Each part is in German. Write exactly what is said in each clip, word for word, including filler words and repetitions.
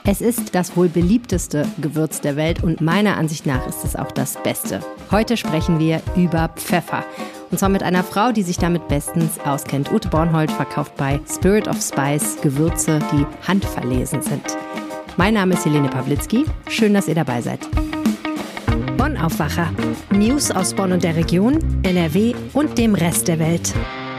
Es ist das wohl beliebteste Gewürz der Welt und meiner Ansicht nach ist es auch das Beste. Heute sprechen wir über Pfeffer. Und zwar mit einer Frau, die sich damit bestens auskennt. Ute Bornhold verkauft bei Spirit of Spice Gewürze, die handverlesen sind. Mein Name ist Helene Pawlitzki. Schön, dass ihr dabei seid. Bonn-Aufwacher. News aus Bonn und der Region, N R W und dem Rest der Welt.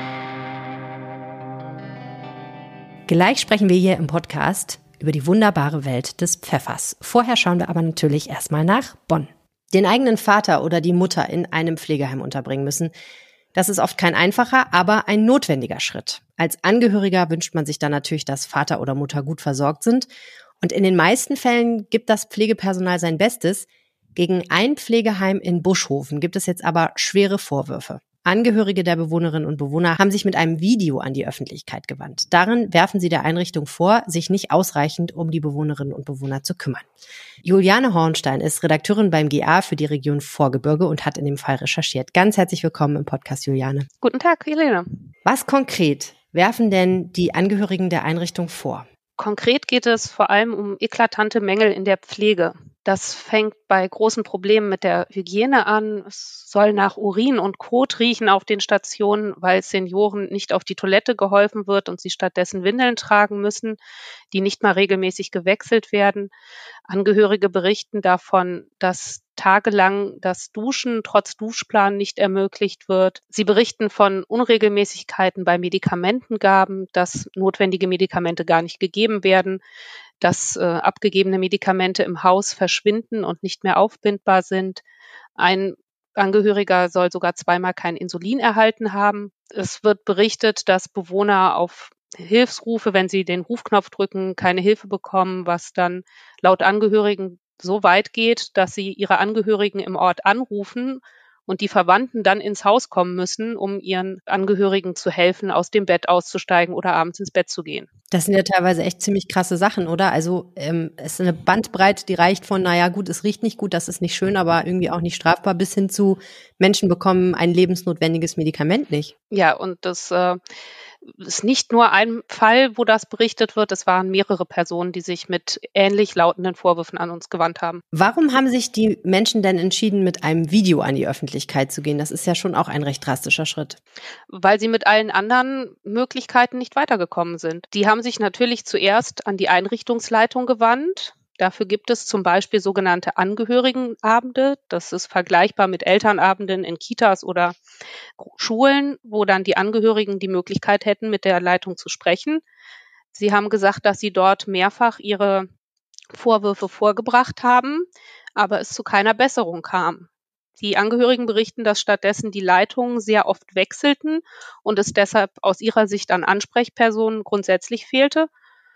Gleich sprechen wir hier im Podcast über die wunderbare Welt des Pfeffers. Vorher schauen wir aber natürlich erstmal nach Bonn. Den eigenen Vater oder die Mutter in einem Pflegeheim unterbringen müssen, das ist oft kein einfacher, aber ein notwendiger Schritt. Als Angehöriger wünscht man sich dann natürlich, dass Vater oder Mutter gut versorgt sind. Und in den meisten Fällen gibt das Pflegepersonal sein Bestes. Gegen ein Pflegeheim in Buschhofen gibt es jetzt aber schwere Vorwürfe. Angehörige der Bewohnerinnen und Bewohner haben sich mit einem Video an die Öffentlichkeit gewandt. Darin werfen sie der Einrichtung vor, sich nicht ausreichend um die Bewohnerinnen und Bewohner zu kümmern. Juliane Hornstein ist Redakteurin beim G A für die Region Vorgebirge und hat in dem Fall recherchiert. Ganz herzlich willkommen im Podcast, Juliane. Guten Tag, Helene. Was konkret werfen denn die Angehörigen der Einrichtung vor? Konkret geht es vor allem um eklatante Mängel in der Pflege. Das fängt bei großen Problemen mit der Hygiene an. Es soll nach Urin und Kot riechen auf den Stationen, weil Senioren nicht auf die Toilette geholfen wird und sie stattdessen Windeln tragen müssen, die nicht mal regelmäßig gewechselt werden. Angehörige berichten davon, dass tagelang das Duschen trotz Duschplan nicht ermöglicht wird. Sie berichten von Unregelmäßigkeiten bei Medikamentengaben, dass notwendige Medikamente gar nicht gegeben werden, dass äh, abgegebene Medikamente im Haus verschwinden und nicht mehr aufbindbar sind. Ein Angehöriger soll sogar zweimal kein Insulin erhalten haben. Es wird berichtet, dass Bewohner auf Hilfsrufe, wenn sie den Rufknopf drücken, keine Hilfe bekommen, was dann laut Angehörigen so weit geht, dass sie ihre Angehörigen im Ort anrufen und die Verwandten dann ins Haus kommen müssen, um ihren Angehörigen zu helfen, aus dem Bett auszusteigen oder abends ins Bett zu gehen. Das sind ja teilweise echt ziemlich krasse Sachen, oder? Also ähm, es ist eine Bandbreite, die reicht von, naja gut, es riecht nicht gut, das ist nicht schön, aber irgendwie auch nicht strafbar, bis hin zu Menschen bekommen ein lebensnotwendiges Medikament nicht. Ja, und das äh, ist nicht nur ein Fall, wo das berichtet wird, es waren mehrere Personen, die sich mit ähnlich lautenden Vorwürfen an uns gewandt haben. Warum haben sich die Menschen denn entschieden, mit einem Video an die Öffentlichkeit zu gehen? Das ist ja schon auch ein recht drastischer Schritt. Weil sie mit allen anderen Möglichkeiten nicht weitergekommen sind. Die haben sich natürlich zuerst an die Einrichtungsleitung gewandt. Dafür gibt es zum Beispiel sogenannte Angehörigenabende. Das ist vergleichbar mit Elternabenden in Kitas oder Schulen, wo dann die Angehörigen die Möglichkeit hätten, mit der Leitung zu sprechen. Sie haben gesagt, dass sie dort mehrfach ihre Vorwürfe vorgebracht haben, aber es zu keiner Besserung kam. Die Angehörigen berichten, dass stattdessen die Leitungen sehr oft wechselten und es deshalb aus ihrer Sicht an Ansprechpersonen grundsätzlich fehlte.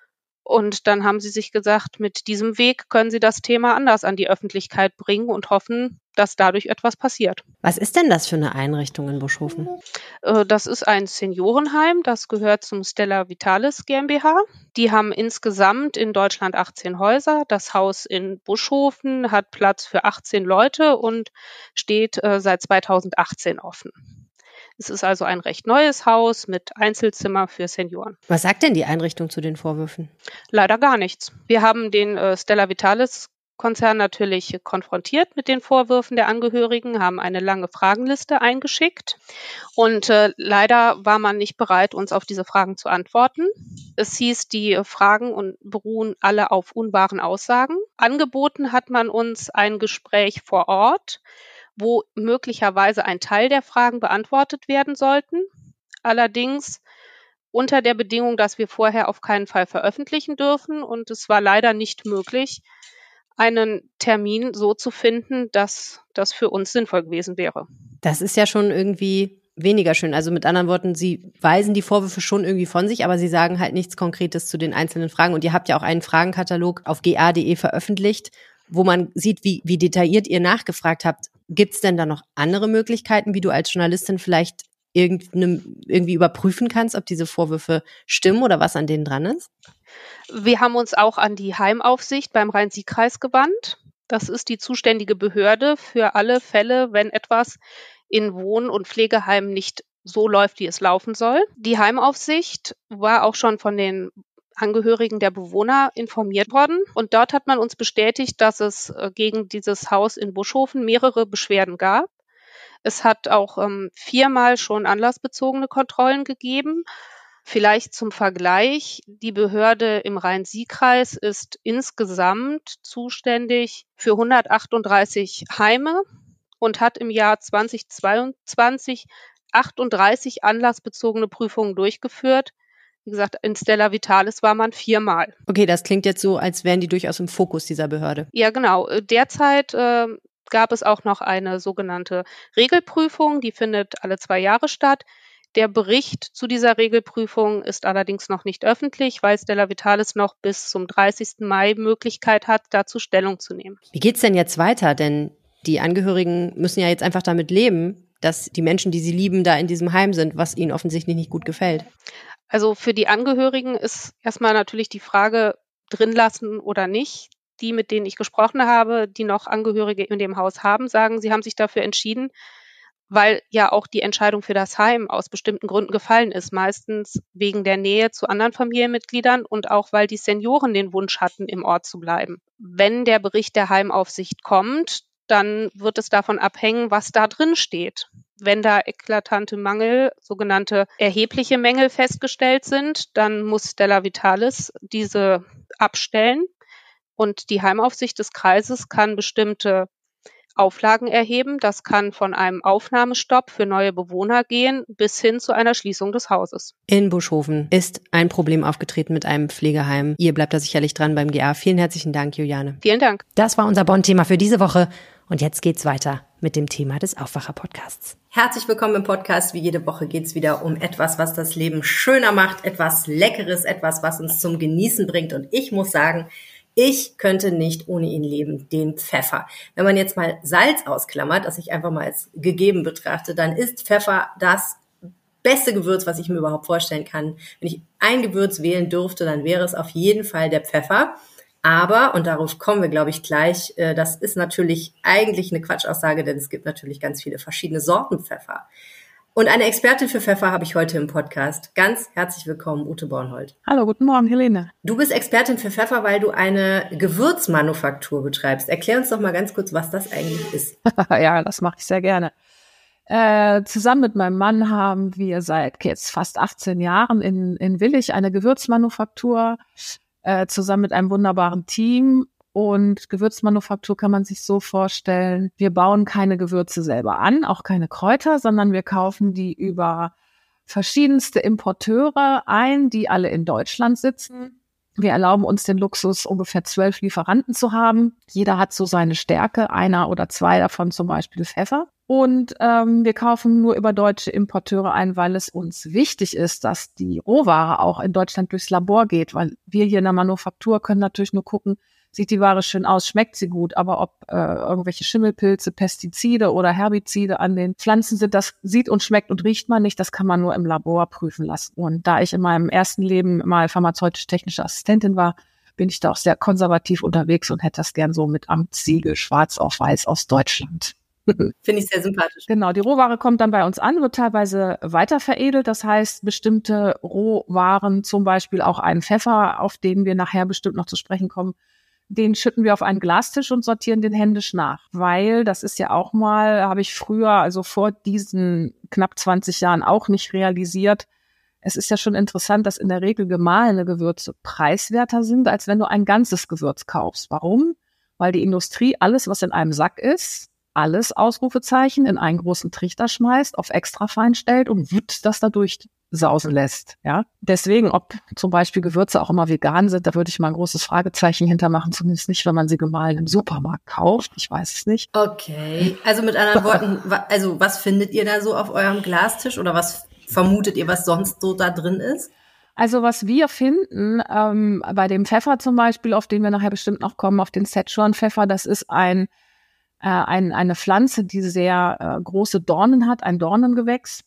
Und dann haben sie sich gesagt, mit diesem Weg können sie das Thema anders an die Öffentlichkeit bringen und hoffen, dass dadurch etwas passiert. Was ist denn das für eine Einrichtung in Buschhofen? Das ist ein Seniorenheim, das gehört zum Stella Vitalis GmbH. Die haben insgesamt in Deutschland achtzehn Häuser. Das Haus in Buschhofen hat Platz für achtzehn Leute und steht seit zweitausendachtzehn offen. Es ist also ein recht neues Haus mit Einzelzimmer für Senioren. Was sagt denn die Einrichtung zu den Vorwürfen? Leider gar nichts. Wir haben den äh, Stella Vitalis Konzern natürlich konfrontiert mit den Vorwürfen der Angehörigen, haben eine lange Fragenliste eingeschickt und äh, leider war man nicht bereit, uns auf diese Fragen zu antworten. Es hieß, die Fragen und beruhen alle auf unwahren Aussagen. Angeboten hat man uns ein Gespräch vor Ort, wo möglicherweise ein Teil der Fragen beantwortet werden sollten. Allerdings unter der Bedingung, dass wir vorher auf keinen Fall veröffentlichen dürfen. Und es war leider nicht möglich, einen Termin so zu finden, dass das für uns sinnvoll gewesen wäre. Das ist ja schon irgendwie weniger schön. Also mit anderen Worten, Sie weisen die Vorwürfe schon irgendwie von sich, aber Sie sagen halt nichts Konkretes zu den einzelnen Fragen. Und ihr habt ja auch einen Fragenkatalog auf g a punkt d e veröffentlicht, wo man sieht, wie, wie detailliert ihr nachgefragt habt. Gibt es denn da noch andere Möglichkeiten, wie du als Journalistin vielleicht irgendwie überprüfen kannst, ob diese Vorwürfe stimmen oder was an denen dran ist? Wir haben uns auch an die Heimaufsicht beim Rhein-Sieg-Kreis gewandt. Das ist die zuständige Behörde für alle Fälle, wenn etwas in Wohn- und Pflegeheimen nicht so läuft, wie es laufen soll. Die Heimaufsicht war auch schon von den Angehörigen der Bewohner informiert worden. Und dort hat man uns bestätigt, dass es äh, gegen dieses Haus in Buschhofen mehrere Beschwerden gab. Es hat auch ähm, viermal schon anlassbezogene Kontrollen gegeben. Vielleicht zum Vergleich, die Behörde im Rhein-Sieg-Kreis ist insgesamt zuständig für hundertachtunddreißig Heime und hat im Jahr zweitausendzweiundzwanzig achtunddreißig anlassbezogene Prüfungen durchgeführt. Wie gesagt, in Stella Vitalis war man viermal. Okay, das klingt jetzt so, als wären die durchaus im Fokus dieser Behörde. Ja, genau. Derzeit äh, gab es auch noch eine sogenannte Regelprüfung, die findet alle zwei Jahre statt. Der Bericht zu dieser Regelprüfung ist allerdings noch nicht öffentlich, weil Stella Vitalis noch bis zum dreißigsten Mai Möglichkeit hat, dazu Stellung zu nehmen. Wie geht's denn jetzt weiter? Denn die Angehörigen müssen ja jetzt einfach damit leben, dass die Menschen, die sie lieben, da in diesem Heim sind, was ihnen offensichtlich nicht gut gefällt. Also für die Angehörigen ist erstmal natürlich die Frage, drin lassen oder nicht. Die, mit denen ich gesprochen habe, die noch Angehörige in dem Haus haben, sagen, sie haben sich dafür entschieden, weil ja auch die Entscheidung für das Heim aus bestimmten Gründen gefallen ist. Meistens wegen der Nähe zu anderen Familienmitgliedern und auch, weil die Senioren den Wunsch hatten, im Ort zu bleiben. Wenn der Bericht der Heimaufsicht kommt, dann wird es davon abhängen, was da drin steht. Wenn da eklatante Mangel, sogenannte erhebliche Mängel festgestellt sind, dann muss Stella Vitalis diese abstellen. Und die Heimaufsicht des Kreises kann bestimmte Auflagen erheben. Das kann von einem Aufnahmestopp für neue Bewohner gehen bis hin zu einer Schließung des Hauses. In Buschhofen ist ein Problem aufgetreten mit einem Pflegeheim. Ihr bleibt da sicherlich dran beim G A. Vielen herzlichen Dank, Juliane. Vielen Dank. Das war unser Bonn-Thema für diese Woche. Und jetzt geht's weiter mit dem Thema des Aufwacher-Podcasts. Herzlich willkommen im Podcast. Wie jede Woche geht's wieder um etwas, was das Leben schöner macht, etwas Leckeres, etwas, was uns zum Genießen bringt. Und ich muss sagen, ich könnte nicht ohne ihn leben, den Pfeffer. Wenn man jetzt mal Salz ausklammert, das ich einfach mal als gegeben betrachte, dann ist Pfeffer das beste Gewürz, was ich mir überhaupt vorstellen kann. Wenn ich ein Gewürz wählen dürfte, dann wäre es auf jeden Fall der Pfeffer. Aber, und darauf kommen wir, glaube ich, gleich, das ist natürlich eigentlich eine Quatschaussage, denn es gibt natürlich ganz viele verschiedene Sorten Pfeffer. Und eine Expertin für Pfeffer habe ich heute im Podcast. Ganz herzlich willkommen, Ute Bornhold. Hallo, guten Morgen, Helene. Du bist Expertin für Pfeffer, weil du eine Gewürzmanufaktur betreibst. Erklär uns doch mal ganz kurz, was das eigentlich ist. Ja, das mache ich sehr gerne. Äh, zusammen mit meinem Mann haben wir seit jetzt fast achtzehn Jahren in, in Willich eine Gewürzmanufaktur, äh, zusammen mit einem wunderbaren Team. Und Gewürzmanufaktur kann man sich so vorstellen, wir bauen keine Gewürze selber an, auch keine Kräuter, sondern wir kaufen die über verschiedenste Importeure ein, die alle in Deutschland sitzen. Wir erlauben uns den Luxus, ungefähr zwölf Lieferanten zu haben. Jeder hat so seine Stärke, einer oder zwei davon zum Beispiel Pfeffer. Und ähm, wir kaufen nur über deutsche Importeure ein, weil es uns wichtig ist, dass die Rohware auch in Deutschland durchs Labor geht, weil wir hier in der Manufaktur können natürlich nur gucken, sieht die Ware schön aus, schmeckt sie gut, aber ob äh, irgendwelche Schimmelpilze, Pestizide oder Herbizide an den Pflanzen sind, das sieht und schmeckt und riecht man nicht, das kann man nur im Labor prüfen lassen. Und da ich in meinem ersten Leben mal pharmazeutisch-technische Assistentin war, bin ich da auch sehr konservativ unterwegs und hätte das gern so mit Amtssiegel, schwarz auf weiß aus Deutschland. Finde ich sehr sympathisch. Genau, die Rohware kommt dann bei uns an, wird teilweise weiterveredelt. Das heißt, bestimmte Rohwaren, zum Beispiel auch einen Pfeffer, auf den wir nachher bestimmt noch zu sprechen kommen, den schütten wir auf einen Glastisch und sortieren den händisch nach. Weil, das ist ja auch mal, habe ich früher, also vor diesen knapp zwanzig Jahren auch nicht realisiert. Es ist ja schon interessant, dass in der Regel gemahlene Gewürze preiswerter sind, als wenn du ein ganzes Gewürz kaufst. Warum? Weil die Industrie alles, was in einem Sack ist, alles Ausrufezeichen in einen großen Trichter schmeißt, auf extra fein stellt und wut, das da durchsausen lässt. Ja, deswegen, ob zum Beispiel Gewürze auch immer vegan sind, da würde ich mal ein großes Fragezeichen hintermachen, zumindest nicht, wenn man sie gemahlen im Supermarkt kauft. Ich weiß es nicht. Okay, also mit anderen Worten, also was findet ihr da so auf eurem Glastisch oder was vermutet ihr, was sonst so da drin ist? Also was wir finden, ähm, bei dem Pfeffer zum Beispiel, auf den wir nachher bestimmt noch kommen, auf den Szechuan-Pfeffer, das ist ein Äh, ein, eine Pflanze, die sehr äh, große Dornen hat, ein Dornengewächs.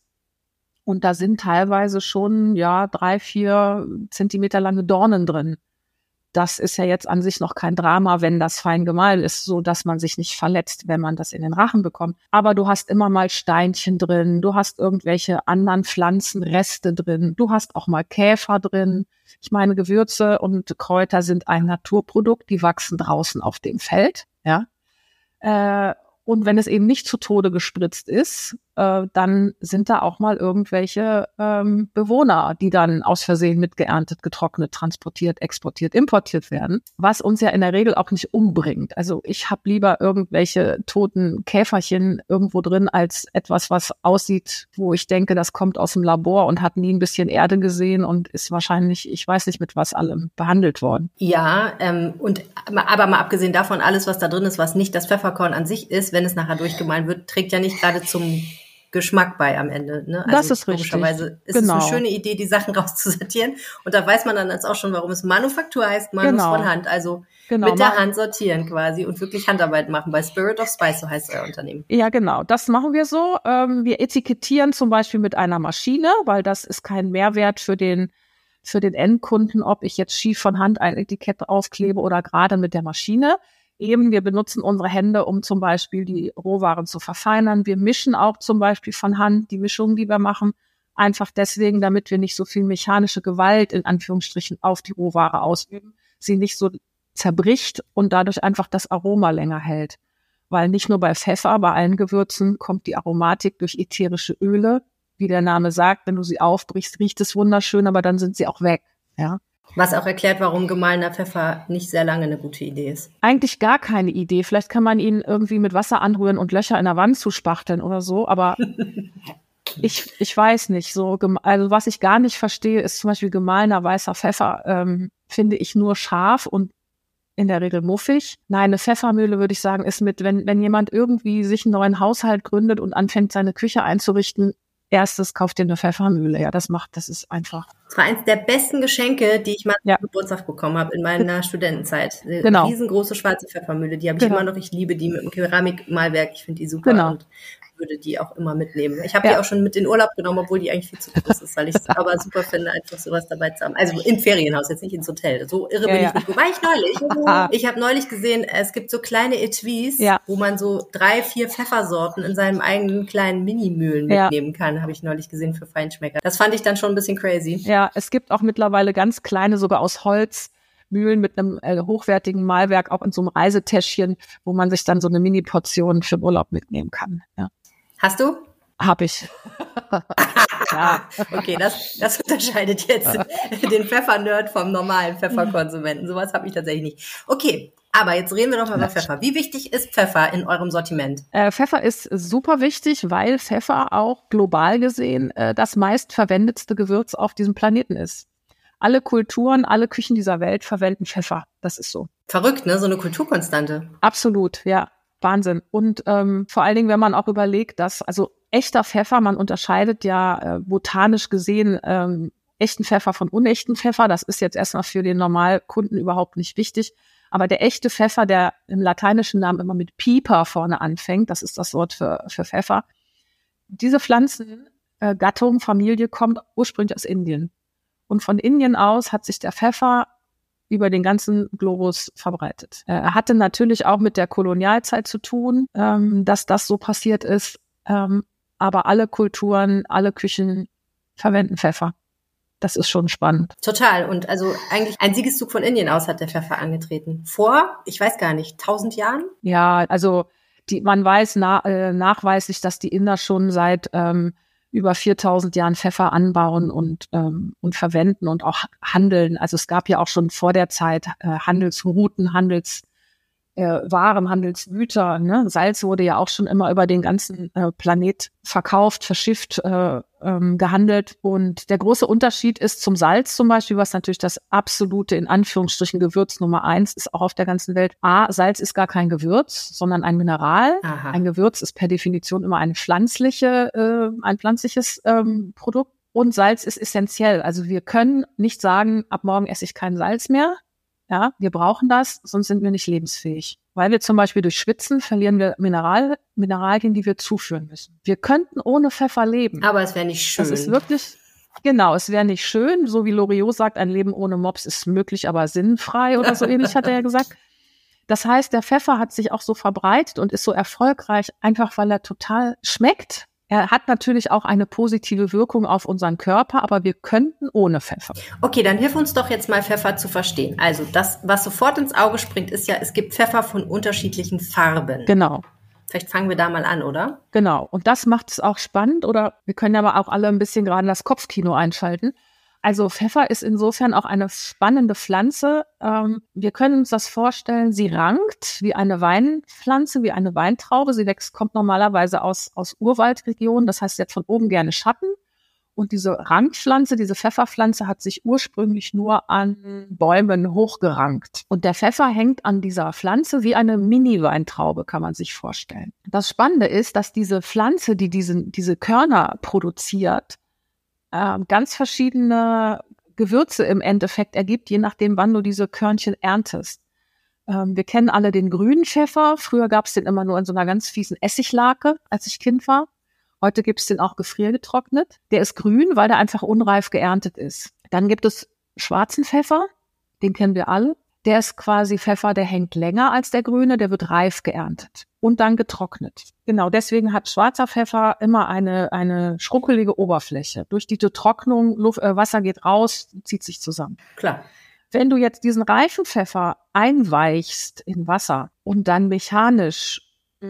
Und da sind teilweise schon ja drei, vier Zentimeter lange Dornen drin. das ist ja jetzt an sich noch kein Drama, wenn das fein gemahlen ist, so dass man sich nicht verletzt, wenn man das in den Rachen bekommt. Aber du hast immer mal Steinchen drin, du hast irgendwelche anderen Pflanzenreste drin, du hast auch mal Käfer drin. Ich meine, Gewürze und Kräuter sind ein Naturprodukt, die wachsen draußen auf dem Feld, ja. Äh, Und wenn es eben nicht zu Tode gespritzt ist, äh, dann sind da auch mal irgendwelche ähm, Bewohner, die dann aus Versehen mitgeerntet, getrocknet, transportiert, exportiert, importiert werden, was uns ja in der Regel auch nicht umbringt. Also ich habe lieber irgendwelche toten Käferchen irgendwo drin als etwas, was aussieht, wo ich denke, das kommt aus dem Labor und hat nie ein bisschen Erde gesehen und ist wahrscheinlich, ich weiß nicht mit was allem, behandelt worden. Ja, ähm, und aber mal abgesehen davon, alles, was da drin ist, was nicht das Pfefferkorn an sich ist, wenn es nachher durchgemahlen wird, trägt ja nicht gerade zum Geschmack bei am Ende. Ne? Also das ist richtig. Logischerweise ist genau. es eine schöne Idee, die Sachen rauszusortieren. Und da weiß man dann jetzt auch schon, warum es Manufaktur heißt, Manus genau. von Hand. Also genau. mit der Hand sortieren quasi und wirklich Handarbeit machen. Bei Spirit of Spice, so heißt euer Unternehmen. Ja, genau. Das machen wir so. Ähm, wir etikettieren zum Beispiel mit einer Maschine, weil das ist kein Mehrwert für den für den Endkunden, ob ich jetzt schief von Hand ein Etikett aufklebe oder gerade mit der Maschine. Eben, wir benutzen unsere Hände, um zum Beispiel die Rohwaren zu verfeinern. Wir mischen auch zum Beispiel von Hand die Mischungen, die wir machen, einfach deswegen, damit wir nicht so viel mechanische Gewalt in Anführungsstrichen auf die Rohware ausüben, sie nicht so zerbricht und dadurch einfach das Aroma länger hält. Weil nicht nur bei Pfeffer, bei allen Gewürzen kommt die Aromatik durch ätherische Öle. Wie der Name sagt, wenn du sie aufbrichst, riecht es wunderschön, aber dann sind sie auch weg, ja. Was auch erklärt, warum gemahlener Pfeffer nicht sehr lange eine gute Idee ist. Eigentlich gar keine Idee. Vielleicht kann man ihn irgendwie mit Wasser anrühren und Löcher in der Wand zuspachteln oder so, aber ich ich weiß nicht. So, also was ich gar nicht verstehe, ist zum Beispiel gemahlener weißer Pfeffer, ähm, finde ich nur scharf und in der Regel muffig. Nein, eine Pfeffermühle, würde ich sagen, ist mit, wenn wenn jemand irgendwie sich einen neuen Haushalt gründet und anfängt, seine Küche einzurichten, erstes kauft dir eine Pfeffermühle. Ja, das macht, das ist einfach. Das war eins der besten Geschenke, die ich mal ja. zum Geburtstag bekommen habe in meiner Studentenzeit. Eine genau. riesengroße schwarze Pfeffermühle, die habe ich genau. immer noch. Ich liebe die mit dem Keramikmalwerk. Ich finde die super genau. und würde die auch immer mitnehmen. Ich habe ja. die auch schon mit in Urlaub genommen, obwohl die eigentlich viel zu groß ist, weil ich es aber super finde, einfach sowas dabei zu haben. Also im Ferienhaus, jetzt nicht ins Hotel. So irre ja, bin ja. ich nicht. Wobei ich neulich, ich habe neulich gesehen, es gibt so kleine Etuis, ja. wo man so drei, vier Pfeffersorten in seinem eigenen kleinen Minimühlen mitnehmen ja. kann, habe ich neulich gesehen für Feinschmecker. Das fand ich dann schon ein bisschen crazy. Ja, es gibt auch mittlerweile ganz kleine, sogar aus Holz, Mühlen mit einem äh, hochwertigen Mahlwerk, auch in so einem Reisetäschchen, wo man sich dann so eine Mini-Portion für den Urlaub mitnehmen kann. Ja. Hast du? Hab ich. ja. Okay, das, das unterscheidet jetzt den Pfeffernerd vom normalen Pfefferkonsumenten. Sowas habe ich tatsächlich nicht. Okay, aber jetzt reden wir doch mal über Pfeffer. Wie wichtig ist Pfeffer in eurem Sortiment? Äh, Pfeffer ist super wichtig, weil Pfeffer auch global gesehen äh, das meistverwendetste Gewürz auf diesem Planeten ist. Alle Kulturen, alle Küchen dieser Welt verwenden Pfeffer. Das ist so. Verrückt, ne? So eine Kulturkonstante. Absolut, ja. Wahnsinn. Und ähm, vor allen Dingen, wenn man auch überlegt, dass, also echter Pfeffer, man unterscheidet ja äh, botanisch gesehen ähm, echten Pfeffer von unechten Pfeffer. Das ist jetzt erstmal für den Normalkunden überhaupt nicht wichtig. Aber der echte Pfeffer, der im lateinischen Namen immer mit Piper vorne anfängt, das ist das Wort für, für Pfeffer. Diese Pflanzengattung, äh, Familie kommt ursprünglich aus Indien. Und von Indien aus hat sich der Pfeffer über den ganzen Globus verbreitet. Er hatte natürlich auch mit der Kolonialzeit zu tun, ähm, dass das so passiert ist. Ähm, aber alle Kulturen, alle Küchen verwenden Pfeffer. Das ist schon spannend. Total. Und also eigentlich ein Siegeszug von Indien aus hat der Pfeffer angetreten. Vor, ich weiß gar nicht, tausend Jahren? Ja, also die, man weiß na, äh, nachweislich, dass die Inder schon seit ähm, über viertausend Jahren Pfeffer anbauen und ähm, und verwenden und auch handeln. Also es gab ja auch schon vor der Zeit äh, Handelsrouten, Handels äh, Waren, Handelsgüter. Ne? Salz wurde ja auch schon immer über den ganzen äh, Planet verkauft, verschifft, äh, ähm, gehandelt. Und der große Unterschied ist zum Salz zum Beispiel, was natürlich das absolute, in Anführungsstrichen, Gewürz Nummer eins ist, auch auf der ganzen Welt. A, Salz ist gar kein Gewürz, sondern ein Mineral. Aha. Ein Gewürz ist per Definition immer eine pflanzliche, äh, ein pflanzliches ähm, Produkt. Und Salz ist essentiell. Also wir können nicht sagen, ab morgen esse ich kein Salz mehr. Ja, wir brauchen das, sonst sind wir nicht lebensfähig. Weil wir zum Beispiel durch Schwitzen verlieren wir Mineral, Mineralien, die wir zuführen müssen. Wir könnten ohne Pfeffer leben. Aber es wäre nicht schön. Das ist wirklich, Genau, es wäre nicht schön, so wie Loriot sagt, ein Leben ohne Mops ist möglich, aber sinnfrei oder so ähnlich, hat er ja gesagt. Das heißt, der Pfeffer hat sich auch so verbreitet und ist so erfolgreich, einfach weil er total schmeckt. Er hat natürlich auch eine positive Wirkung auf unseren Körper, aber wir könnten ohne Pfeffer. Okay, dann hilf uns doch jetzt mal, Pfeffer zu verstehen. Also das, was sofort ins Auge springt, ist ja, es gibt Pfeffer von unterschiedlichen Farben. Genau. Vielleicht fangen wir da mal an, oder? Genau. Und das macht es auch spannend. Oder wir können aber auch alle ein bisschen gerade das Kopfkino einschalten. Also Pfeffer ist insofern auch eine spannende Pflanze. Ähm, wir können uns das vorstellen, sie rankt wie eine Weinpflanze, wie eine Weintraube. Sie wächst, kommt normalerweise aus, aus Urwaldregionen. Das heißt, sie hat von oben gerne Schatten. Und diese Rankpflanze, diese Pfefferpflanze hat sich ursprünglich nur an Bäumen hochgerankt. Und der Pfeffer hängt an dieser Pflanze wie eine Mini-Weintraube, kann man sich vorstellen. Das Spannende ist, dass diese Pflanze, die diesen, diese Körner produziert, äh, ganz verschiedene Gewürze im Endeffekt ergibt, je nachdem, wann du diese Körnchen erntest. Ähm, wir kennen alle den grünen Pfeffer. Früher gab es den immer nur in so einer ganz fiesen Essiglake, als ich Kind war. Heute gibt es den auch gefriergetrocknet. Der ist grün, weil der einfach unreif geerntet ist. Dann gibt es schwarzen Pfeffer, den kennen wir alle. Der ist quasi Pfeffer, der hängt länger als der grüne, der wird reif geerntet und dann getrocknet. Genau, deswegen hat schwarzer Pfeffer immer eine eine schruckelige Oberfläche. Durch die Trocknung, Luft, äh, Wasser geht raus, zieht sich zusammen. Klar. Wenn du jetzt diesen reifen Pfeffer einweichst in Wasser und dann mechanisch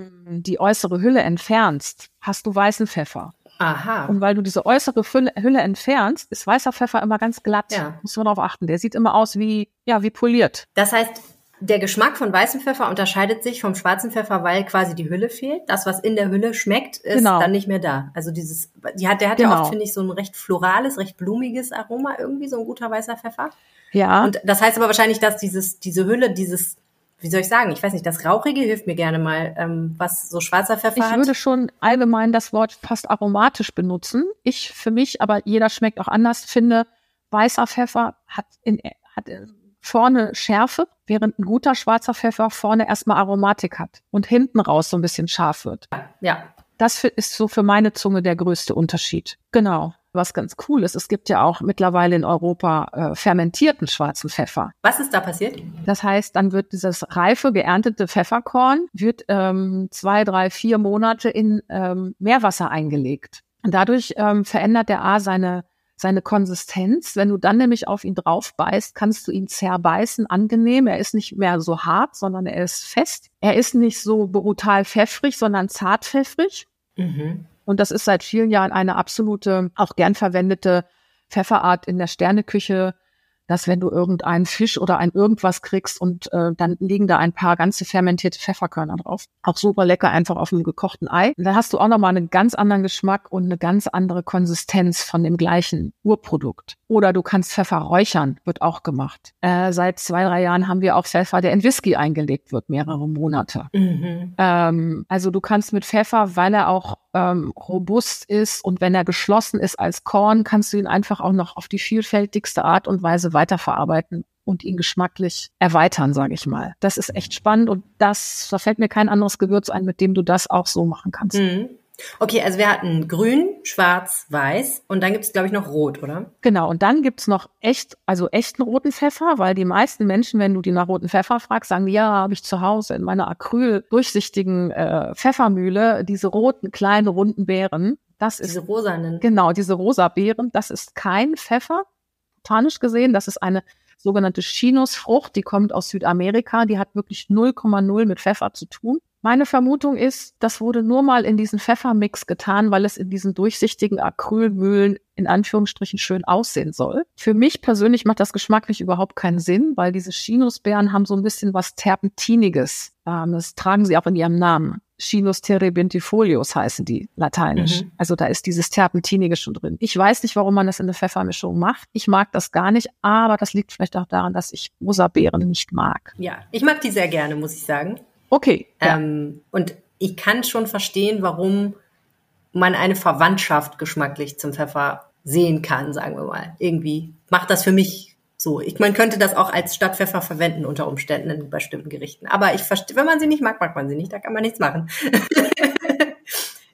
die äußere Hülle entfernst, hast du weißen Pfeffer. Aha. Und weil du diese äußere Hülle, Hülle entfernst, ist weißer Pfeffer immer ganz glatt. Ja. Muss man darauf achten. Der sieht immer aus wie, ja, wie poliert. Das heißt, der Geschmack von weißem Pfeffer unterscheidet sich vom schwarzen Pfeffer, weil quasi die Hülle fehlt. Das, was in der Hülle schmeckt, ist Genau. dann nicht mehr da. Also dieses, die hat, der hat Genau. ja oft, finde ich, so ein recht florales, recht blumiges Aroma irgendwie, so ein guter weißer Pfeffer. Ja. Und das heißt aber wahrscheinlich, dass dieses, diese Hülle, dieses, wie soll ich sagen, ich weiß nicht, das Rauchige hilft mir gerne mal, ähm, was so schwarzer Pfeffer Ich hat. würde schon allgemein das Wort fast aromatisch benutzen. Ich für mich, aber jeder schmeckt auch anders, finde, weißer Pfeffer hat, in, hat vorne Schärfe, während ein guter schwarzer Pfeffer vorne erstmal Aromatik hat und hinten raus so ein bisschen scharf wird. Ja. Das ist so für meine Zunge der größte Unterschied. Genau. Was ganz cool ist, es gibt ja auch mittlerweile in Europa äh, fermentierten schwarzen Pfeffer. Was ist da passiert? Das heißt, dann wird dieses reife, geerntete Pfefferkorn wird ähm, zwei, drei, vier Monate in ähm, Meerwasser eingelegt. Und dadurch ähm, verändert der A seine, seine Konsistenz. Wenn du dann nämlich auf ihn drauf beißt, kannst du ihn zerbeißen, angenehm. Er ist nicht mehr so hart, sondern er ist fest. Er ist nicht so brutal pfeffrig, sondern zart pfeffrig. Mhm. Und das ist seit vielen Jahren eine absolute, auch gern verwendete Pfefferart in der Sterneküche, dass wenn du irgendeinen Fisch oder ein irgendwas kriegst und äh, dann liegen da ein paar ganze fermentierte Pfefferkörner drauf. Auch super lecker, einfach auf einem gekochten Ei. Und dann hast du auch nochmal einen ganz anderen Geschmack und eine ganz andere Konsistenz von dem gleichen Urprodukt. Oder du kannst Pfeffer räuchern, wird auch gemacht. Äh, seit zwei, drei Jahren haben wir auch Pfeffer, der in Whisky eingelegt wird, mehrere Monate. Mhm. Ähm, also du kannst mit Pfeffer, weil er auch ähm, robust ist und wenn er geschlossen ist als Korn, kannst du ihn einfach auch noch auf die vielfältigste Art und Weise weiterverarbeiten und ihn geschmacklich erweitern, sage ich mal. Das ist echt spannend und das, da fällt mir kein anderes Gewürz ein, mit dem du das auch so machen kannst. Mhm. Okay, also wir hatten grün, schwarz, weiß und dann gibt es, glaube ich, noch rot, oder? Genau, und dann gibt's noch echt, also echten roten Pfeffer, weil die meisten Menschen, wenn du die nach roten Pfeffer fragst, sagen, ja, habe ich zu Hause in meiner Acryl-durchsichtigen äh, Pfeffermühle, diese roten, kleinen, runden Beeren. Das Diese ist, rosanen. genau, diese rosa Beeren, das ist kein Pfeffer, botanisch gesehen, das ist eine sogenannte Chinusfrucht, die kommt aus Südamerika, die hat wirklich null Komma null mit Pfeffer zu tun. Meine Vermutung ist, das wurde nur mal in diesen Pfeffermix getan, weil es in diesen durchsichtigen Acrylmühlen in Anführungsstrichen schön aussehen soll. Für mich persönlich macht das geschmacklich überhaupt keinen Sinn, weil diese Chinusbeeren haben so ein bisschen was Terpentiniges. Ähm, das tragen sie auch in ihrem Namen. Chinus terebintifolius heißen die lateinisch. Mhm. Also da ist dieses Terpentinige schon drin. Ich weiß nicht, warum man das in eine Pfeffermischung macht. Ich mag das gar nicht, aber das liegt vielleicht auch daran, dass ich rosa Beeren nicht mag. Ja, ich mag die sehr gerne, muss ich sagen. Okay. Ja. Ähm, und ich kann schon verstehen, warum man eine Verwandtschaft geschmacklich zum Pfeffer sehen kann, sagen wir mal. Irgendwie macht das für mich so. Ich, man könnte das auch als Stadtpfeffer verwenden unter Umständen in bestimmten Gerichten. Aber ich verstehe, wenn man sie nicht mag, mag man sie nicht. Da kann man nichts machen.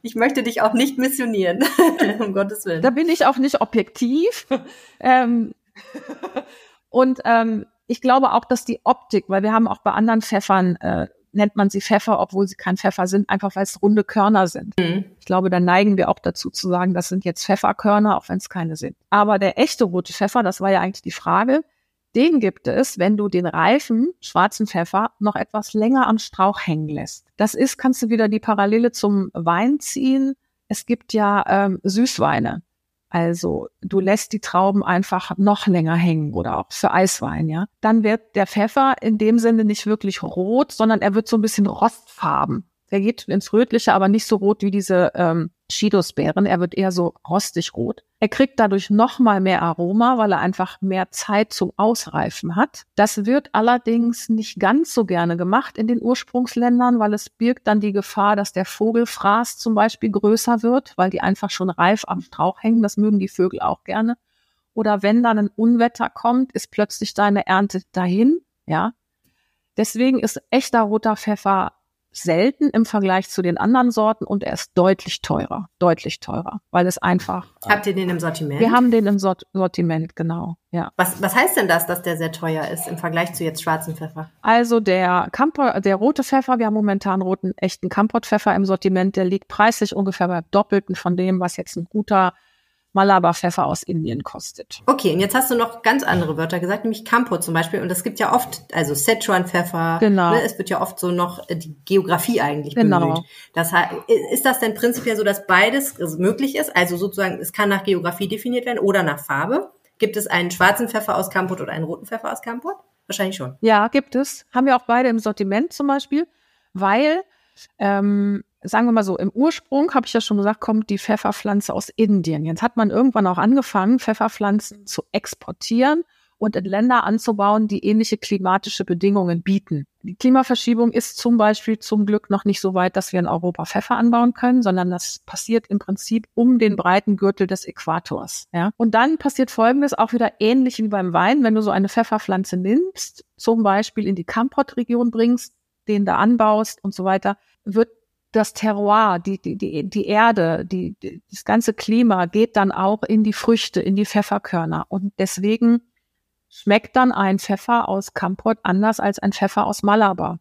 Ich möchte dich auch nicht missionieren, um Gottes Willen. Da bin ich auch nicht objektiv. ähm, und ähm, ich glaube auch, dass die Optik, weil wir haben auch bei anderen Pfeffern, äh, nennt man sie Pfeffer, obwohl sie kein Pfeffer sind, einfach weil es runde Körner sind. Mhm. Ich glaube, da neigen wir auch dazu zu sagen, das sind jetzt Pfefferkörner, auch wenn es keine sind. Aber der echte rote Pfeffer, das war ja eigentlich die Frage, den gibt es, wenn du den reifen schwarzen Pfeffer noch etwas länger am Strauch hängen lässt. Das ist, kannst du wieder die Parallele zum Wein ziehen. Es gibt ja ähm, Süßweine. Also du lässt die Trauben einfach noch länger hängen oder auch für Eiswein, ja. Dann wird der Pfeffer in dem Sinne nicht wirklich rot, sondern er wird so ein bisschen rostfarben. Der geht ins Rötliche, aber nicht so rot wie diese ähm, Chidusbeeren. Er wird eher so rostig rot. Er kriegt dadurch noch mal mehr Aroma, weil er einfach mehr Zeit zum Ausreifen hat. Das wird allerdings nicht ganz so gerne gemacht in den Ursprungsländern, weil es birgt dann die Gefahr, dass der Vogelfraß zum Beispiel größer wird, weil die einfach schon reif am Strauch hängen. Das mögen die Vögel auch gerne. Oder wenn dann ein Unwetter kommt, ist plötzlich deine Ernte dahin. Ja, deswegen ist echter roter Pfeffer selten im Vergleich zu den anderen Sorten und er ist deutlich teurer, deutlich teurer, weil es einfach... Habt ihr den im Sortiment? Wir haben den im Sort- Sortiment, genau, ja. Was, was heißt denn das, dass der sehr teuer ist im Vergleich zu jetzt schwarzen Pfeffer? Also der Kampot, der rote Pfeffer, wir haben momentan roten, echten Kampot-Pfeffer im Sortiment, der liegt preislich ungefähr beim Doppelten von dem, was jetzt ein guter Malabar-Pfeffer aus Indien kostet. Okay, und jetzt hast du noch ganz andere Wörter gesagt, nämlich Kampot zum Beispiel. Und es gibt ja oft, also Szechuan-Pfeffer, genau. Ne, es wird ja oft so noch die Geografie eigentlich genau. bemüht. Das heißt, ist das denn prinzipiell so, dass beides möglich ist? Also sozusagen, es kann nach Geografie definiert werden oder nach Farbe? Gibt es einen schwarzen Pfeffer aus Kampot oder einen roten Pfeffer aus Kampot? Wahrscheinlich schon. Ja, gibt es. Haben wir auch beide im Sortiment zum Beispiel, weil... Ähm, sagen wir mal so, im Ursprung, habe ich ja schon gesagt, kommt die Pfefferpflanze aus Indien. Jetzt hat man irgendwann auch angefangen, Pfefferpflanzen zu exportieren und in Länder anzubauen, die ähnliche klimatische Bedingungen bieten. Die Klimaverschiebung ist zum Beispiel zum Glück noch nicht so weit, dass wir in Europa Pfeffer anbauen können, sondern das passiert im Prinzip um den breiten Gürtel des Äquators. Ja? Und dann passiert Folgendes, auch wieder ähnlich wie beim Wein, wenn du so eine Pfefferpflanze nimmst, zum Beispiel in die Kampot-Region bringst, den da anbaust und so weiter, wird das Terroir, die, die, die, die Erde, die, die, das ganze Klima geht dann auch in die Früchte, in die Pfefferkörner. Und deswegen schmeckt dann ein Pfeffer aus Kampot anders als ein Pfeffer aus Malabar.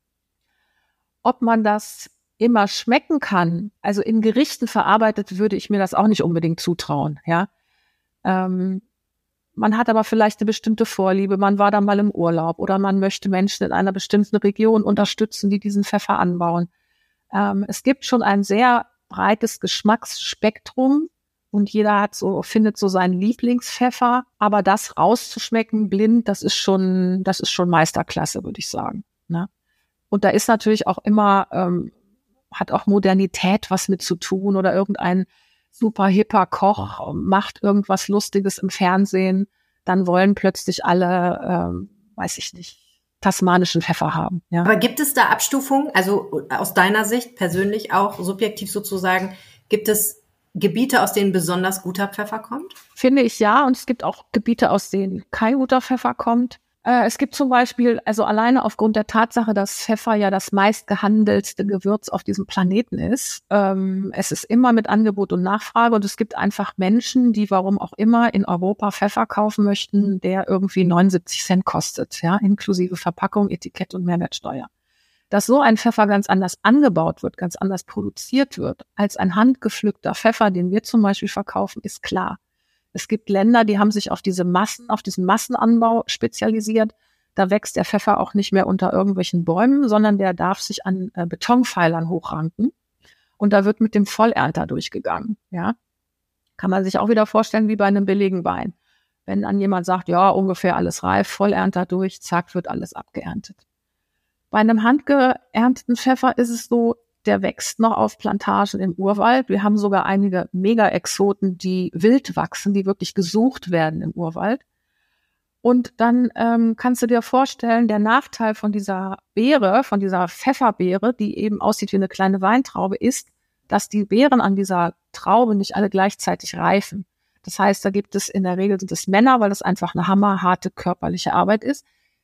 Ob man das immer schmecken kann, also in Gerichten verarbeitet, würde ich mir das auch nicht unbedingt zutrauen, ja. Ähm, man hat aber vielleicht eine bestimmte Vorliebe, man war da mal im Urlaub oder man möchte Menschen in einer bestimmten Region unterstützen, die diesen Pfeffer anbauen. Ähm, es gibt schon ein sehr breites Geschmacksspektrum und jeder hat so, findet so seinen Lieblingspfeffer, aber das rauszuschmecken blind, das ist schon, das ist schon Meisterklasse, würde ich sagen, ne? Und da ist natürlich auch immer, ähm, hat auch Modernität was mit zu tun oder irgendein super hipper Koch macht irgendwas Lustiges im Fernsehen, dann wollen plötzlich alle, ähm, weiß ich nicht, tasmanischen Pfeffer haben. Ja. Aber gibt es da Abstufungen, also aus deiner Sicht persönlich auch subjektiv sozusagen, gibt es Gebiete, aus denen besonders guter Pfeffer kommt? Finde ich ja, und es gibt auch Gebiete, aus denen kein guter Pfeffer kommt. Äh, es gibt zum Beispiel, also alleine aufgrund der Tatsache, dass Pfeffer ja das meistgehandelste Gewürz auf diesem Planeten ist. Ähm, es ist immer mit Angebot und Nachfrage und es gibt einfach Menschen, die warum auch immer in Europa Pfeffer kaufen möchten, der irgendwie neunundsiebzig Cent kostet, ja, inklusive Verpackung, Etikett und Mehrwertsteuer. Dass so ein Pfeffer ganz anders angebaut wird, ganz anders produziert wird, als ein handgepflückter Pfeffer, den wir zum Beispiel verkaufen, ist klar. Es gibt Länder, die haben sich auf diese Massen, auf diesen Massenanbau spezialisiert. Da wächst der Pfeffer auch nicht mehr unter irgendwelchen Bäumen, sondern der darf sich an äh, Betonpfeilern hochranken. Und da wird mit dem Vollernter durchgegangen. Ja, kann man sich auch wieder vorstellen wie bei einem billigen Wein. Wenn dann jemand sagt, ja, ungefähr alles reif, Vollernter durch, zack, wird alles abgeerntet. Bei einem handgeernteten Pfeffer ist es so, der wächst noch auf Plantagen im Urwald. Wir haben sogar einige Mega-Exoten, die wild wachsen, die wirklich gesucht werden im Urwald. Und dann ähm, kannst du dir vorstellen, der Nachteil von dieser Beere, von dieser Pfefferbeere, die eben aussieht wie eine kleine Weintraube, ist, dass die Beeren an dieser Traube nicht alle gleichzeitig reifen. Das heißt, da gibt es in der Regel, sind es Männer, weil das einfach eine hammerharte körperliche Arbeit ist,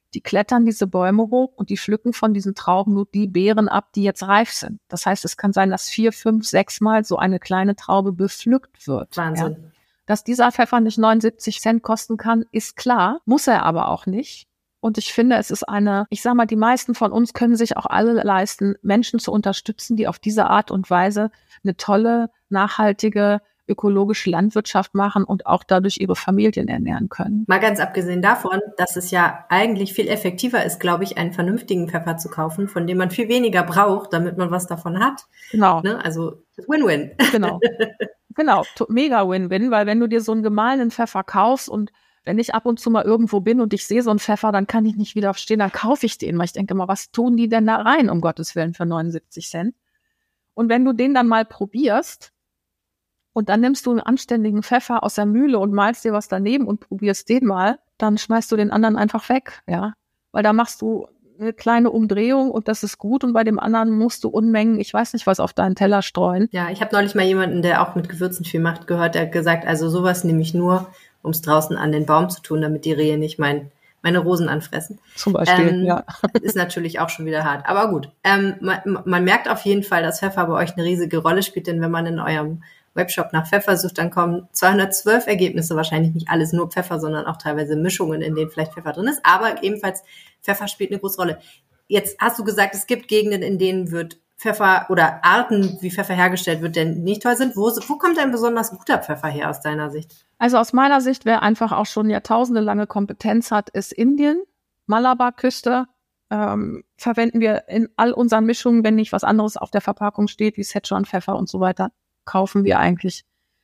Die klettern diese Bäume hoch und die pflücken von diesen Trauben nur die Beeren ab, die jetzt reif sind. Das heißt, es kann sein, dass vier, fünf, sechs Mal so eine kleine Traube bepflückt wird. Wahnsinn. Ja. Dass dieser Pfeffer nicht neunundsiebzig Cent kosten kann, ist klar, muss er aber auch nicht. Und ich finde, es ist eine, ich sag mal, die meisten von uns können sich auch alle leisten, Menschen zu unterstützen, die auf diese Art und Weise eine tolle, nachhaltige, ökologische Landwirtschaft machen und auch dadurch ihre Familien ernähren können. Mal ganz abgesehen davon, dass es ja eigentlich viel effektiver ist, glaube ich, einen vernünftigen Pfeffer zu kaufen, von dem man viel weniger braucht, damit man was davon hat. Genau. Ne? Also Win-Win. Genau. Genau, mega Win-Win, weil wenn du dir so einen gemahlenen Pfeffer kaufst und wenn ich ab und zu mal irgendwo bin und ich sehe so einen Pfeffer, dann kann ich nicht widerstehen, dann kaufe ich den, weil ich denke mal, was tun die denn da rein, um Gottes Willen, für neunundsiebzig Cent? Und wenn du den dann mal probierst und dann nimmst du einen anständigen Pfeffer aus der Mühle und malst dir was daneben und probierst den mal, dann schmeißt du den anderen einfach weg, ja, weil da machst du eine kleine Umdrehung und das ist gut und bei dem anderen musst du Unmengen, ich weiß nicht was, auf deinen Teller streuen. Ja, ich habe neulich mal jemanden, der auch mit Gewürzen viel macht, gehört, der hat gesagt, also sowas nehme ich nur, um es draußen an den Baum zu tun, damit die Rehe nicht mein, meine Rosen anfressen. Zum Beispiel, ähm, ja. Ist natürlich auch schon wieder hart, aber gut. Ähm, man, man merkt auf jeden Fall, dass Pfeffer bei euch eine riesige Rolle spielt, denn wenn man in eurem Webshop nach Pfeffer sucht, dann kommen zweihundertzwölf Ergebnisse, wahrscheinlich nicht alles nur Pfeffer, sondern auch teilweise Mischungen, in denen vielleicht Pfeffer drin ist, aber ebenfalls Pfeffer spielt eine große Rolle. Jetzt hast du gesagt, es gibt Gegenden, in denen wird Pfeffer oder Arten, wie Pfeffer hergestellt wird, denn nicht toll sind. Wo, wo kommt ein besonders guter Pfeffer her aus deiner Sicht? Also aus meiner Sicht, wer einfach auch schon jahrtausende lange Kompetenz hat, ist Indien, Malabar-Küste. Ähm, verwenden wir in all unseren Mischungen, wenn nicht was anderes auf der Verpackung steht, wie Szechuan-Pfeffer und so weiter, kaufen wir eigentlich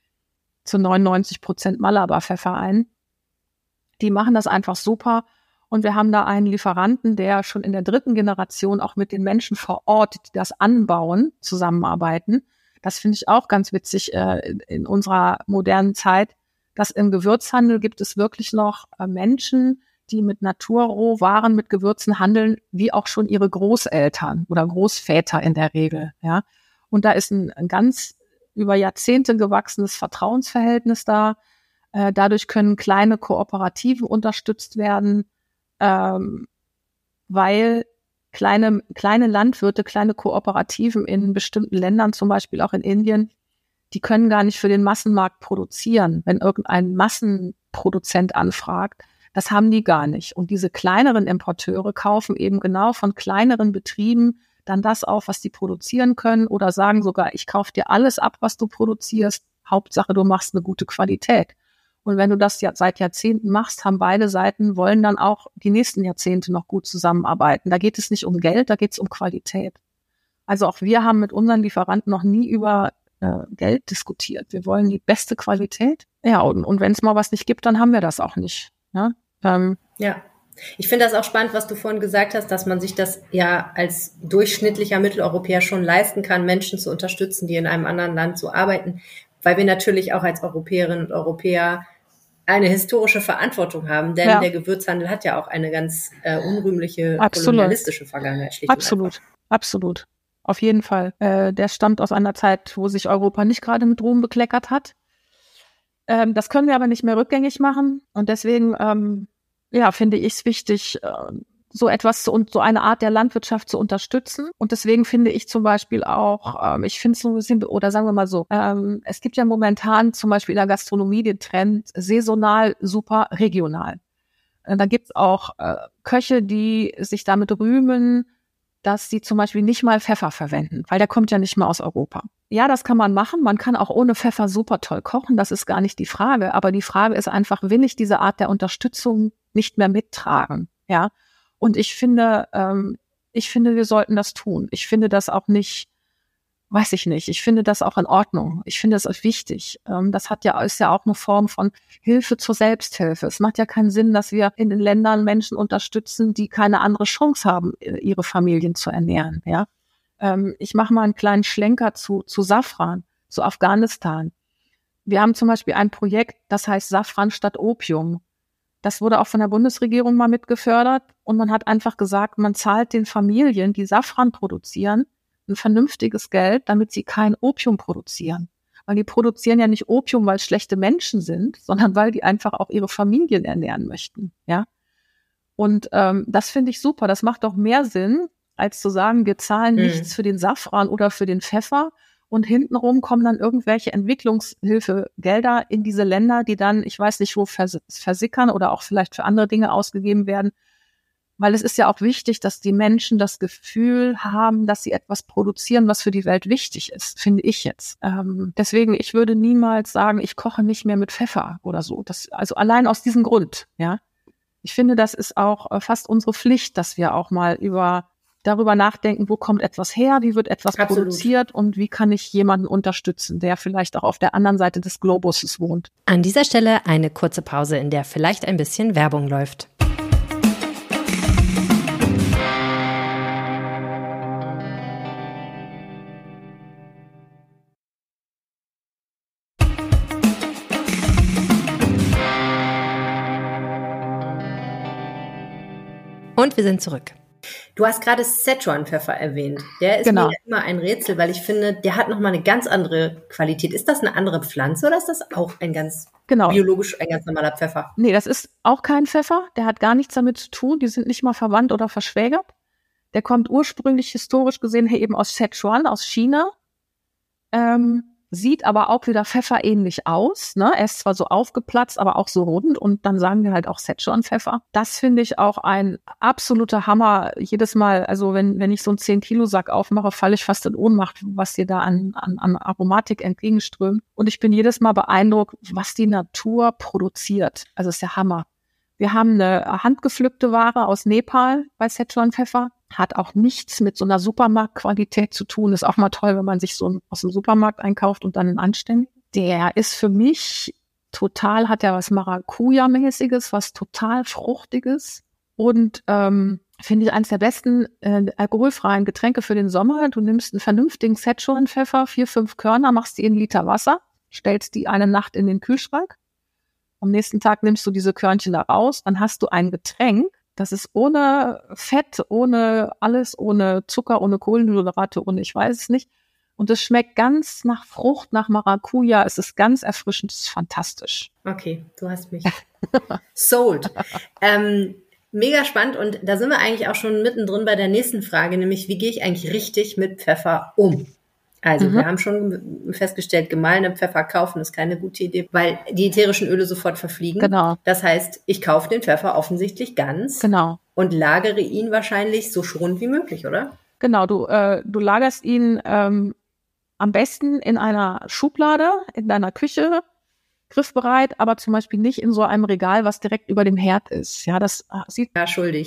zu neunundneunzig Prozent Malabar-Pfeffer ein. Die machen das einfach super. Und wir haben da einen Lieferanten, der schon in der dritten Generation auch mit den Menschen vor Ort, die das anbauen, zusammenarbeiten. Das finde ich auch ganz witzig äh, in unserer modernen Zeit, dass im Gewürzhandel gibt es wirklich noch äh, Menschen, die mit Naturrohwaren, mit Gewürzen handeln, wie auch schon ihre Großeltern oder Großväter in der Regel. Ja, und da ist ein, ein ganz über Jahrzehnte gewachsenes Vertrauensverhältnis da. Äh, dadurch können kleine Kooperativen unterstützt werden, ähm, weil kleine, kleine Landwirte, kleine Kooperativen in bestimmten Ländern, zum Beispiel auch in Indien, die können gar nicht für den Massenmarkt produzieren, wenn irgendein Massenproduzent anfragt. Das haben die gar nicht. Und diese kleineren Importeure kaufen eben genau von kleineren Betrieben dann das auf, was die produzieren können oder sagen sogar, ich kaufe dir alles ab, was du produzierst. Hauptsache, du machst eine gute Qualität. Und wenn du das ja seit Jahrzehnten machst, haben beide Seiten, wollen dann auch die nächsten Jahrzehnte noch gut zusammenarbeiten. Da geht es nicht um Geld, da geht es um Qualität. Also auch wir haben mit unseren Lieferanten noch nie über äh, Geld diskutiert. Wir wollen die beste Qualität. Ja, und, und wenn es mal was nicht gibt, dann haben wir das auch nicht. Ja, ähm, ja. Ich finde das auch spannend, was du vorhin gesagt hast, dass man sich das ja als durchschnittlicher Mitteleuropäer schon leisten kann, Menschen zu unterstützen, die in einem anderen Land so arbeiten, weil wir natürlich auch als Europäerinnen und Europäer eine historische Verantwortung haben, denn ja. der Gewürzhandel hat ja auch eine ganz äh, unrühmliche absolut. kolonialistische Vergangenheit. Absolut, absolut. Auf jeden Fall. Äh, der stammt aus einer Zeit, wo sich Europa nicht gerade mit Ruhm bekleckert hat. Ähm, das können wir aber nicht mehr rückgängig machen und deswegen ähm, ja, finde ich es wichtig, äh, so etwas zu, und so eine Art der Landwirtschaft zu unterstützen. Und deswegen finde ich zum Beispiel auch, ähm, ich finde es so ein bisschen, oder sagen wir mal so, ähm, es gibt ja momentan zum Beispiel in der Gastronomie den Trend saisonal, super regional. Äh, da gibt's auch äh, Köche, die sich damit rühmen, dass sie zum Beispiel nicht mal Pfeffer verwenden, weil der kommt ja nicht mal aus Europa. Ja, das kann man machen. Man kann auch ohne Pfeffer super toll kochen. Das ist gar nicht die Frage. Aber die Frage ist einfach, will ich diese Art der Unterstützung nicht mehr mittragen? Ja. Und ich finde, ähm, ich finde, wir sollten das tun. Ich finde das auch nicht, weiß ich nicht. Ich finde das auch in Ordnung. Ich finde das auch wichtig. Ähm, das hat ja, ist ja auch eine Form von Hilfe zur Selbsthilfe. Es macht ja keinen Sinn, dass wir in den Ländern Menschen unterstützen, die keine andere Chance haben, ihre Familien zu ernähren. Ja, ähm, ich mache mal einen kleinen Schlenker zu, zu Safran, zu Afghanistan. Wir haben zum Beispiel ein Projekt, das heißt Safran statt Opium. Das wurde auch von der Bundesregierung mal mitgefördert und man hat einfach gesagt, man zahlt den Familien, die Safran produzieren, ein vernünftiges Geld, damit sie kein Opium produzieren. Weil die produzieren ja nicht Opium, weil es schlechte Menschen sind, sondern weil die einfach auch ihre Familien ernähren möchten. Ja. Und ähm, das finde ich super. Das macht doch mehr Sinn, als zu sagen, wir zahlen mhm. nichts für den Safran oder für den Pfeffer. Und hintenrum kommen dann irgendwelche Entwicklungshilfegelder in diese Länder, die dann, ich weiß nicht wo, vers- versickern oder auch vielleicht für andere Dinge ausgegeben werden. Weil es ist ja auch wichtig, dass die Menschen das Gefühl haben, dass sie etwas produzieren, was für die Welt wichtig ist, finde ich jetzt. Ähm, deswegen, ich würde niemals sagen, ich koche nicht mehr mit Pfeffer oder so. Das, also allein aus diesem Grund, ja. Ich finde, das ist auch äh, fast unsere Pflicht, dass wir auch mal über darüber nachdenken, wo kommt etwas her, wie wird etwas Absolut. produziert und wie kann ich jemanden unterstützen, der vielleicht auch auf der anderen Seite des Globuses wohnt. An dieser Stelle eine kurze Pause, in der vielleicht ein bisschen Werbung läuft. Und wir sind zurück. Du hast gerade Szechuan-Pfeffer erwähnt. Der ist genau. mir immer ein Rätsel, weil ich finde, der hat nochmal eine ganz andere Qualität. Ist das eine andere Pflanze oder ist das auch ein ganz genau. biologisch, ein ganz normaler Pfeffer? Nee, das ist auch kein Pfeffer. Der hat gar nichts damit zu tun. Die sind nicht mal verwandt oder verschwägert. Der kommt ursprünglich historisch gesehen her eben aus Szechuan, aus China. Ähm, sieht aber auch wieder pfefferähnlich aus. Ne? Er ist zwar so aufgeplatzt, aber auch so rund. Und dann sagen wir halt auch Szechuan-Pfeffer. Das finde ich auch ein absoluter Hammer. Jedes Mal, also wenn wenn ich so einen zehn-Kilo-Sack aufmache, falle ich fast in Ohnmacht, was dir da an, an, an Aromatik entgegenströmt. Und ich bin jedes Mal beeindruckt, was die Natur produziert. Also ist der Hammer. Wir haben eine handgepflückte Ware aus Nepal bei Szechuan-Pfeffer. Hat auch nichts mit so einer Supermarktqualität zu tun. Ist auch mal toll, wenn man sich so aus dem Supermarkt einkauft und dann einen anständigen. Der ist für mich total, hat ja was Maracuja-mäßiges, was total Fruchtiges. Und ähm, finde ich eines der besten äh, alkoholfreien Getränke für den Sommer. Du nimmst einen vernünftigen Szechuan-Pfeffer, vier, fünf Körner, machst die in einen Liter Wasser, stellst die eine Nacht in den Kühlschrank. Am nächsten Tag nimmst du diese Körnchen da raus, dann hast du ein Getränk, das ist ohne Fett, ohne alles, ohne Zucker, ohne Kohlenhydrate, ohne ich weiß es nicht. Und es schmeckt ganz nach Frucht, nach Maracuja. Es ist ganz erfrischend, es ist fantastisch. Okay, du hast mich sold. ähm, mega spannend und da sind wir eigentlich auch schon mittendrin bei der nächsten Frage, nämlich wie gehe ich eigentlich richtig mit Pfeffer um? Also mhm. wir haben schon festgestellt, gemahlene Pfeffer kaufen ist keine gute Idee, weil die ätherischen Öle sofort verfliegen. Genau. Das heißt, ich kaufe den Pfeffer offensichtlich ganz genau. und lagere ihn wahrscheinlich so schonend wie möglich, oder? Genau, du, äh, du lagerst ihn ähm, am besten in einer Schublade, in deiner Küche, griffbereit, aber zum Beispiel nicht in so einem Regal, was direkt über dem Herd ist. Ja, das sieht... Ja, schuldig.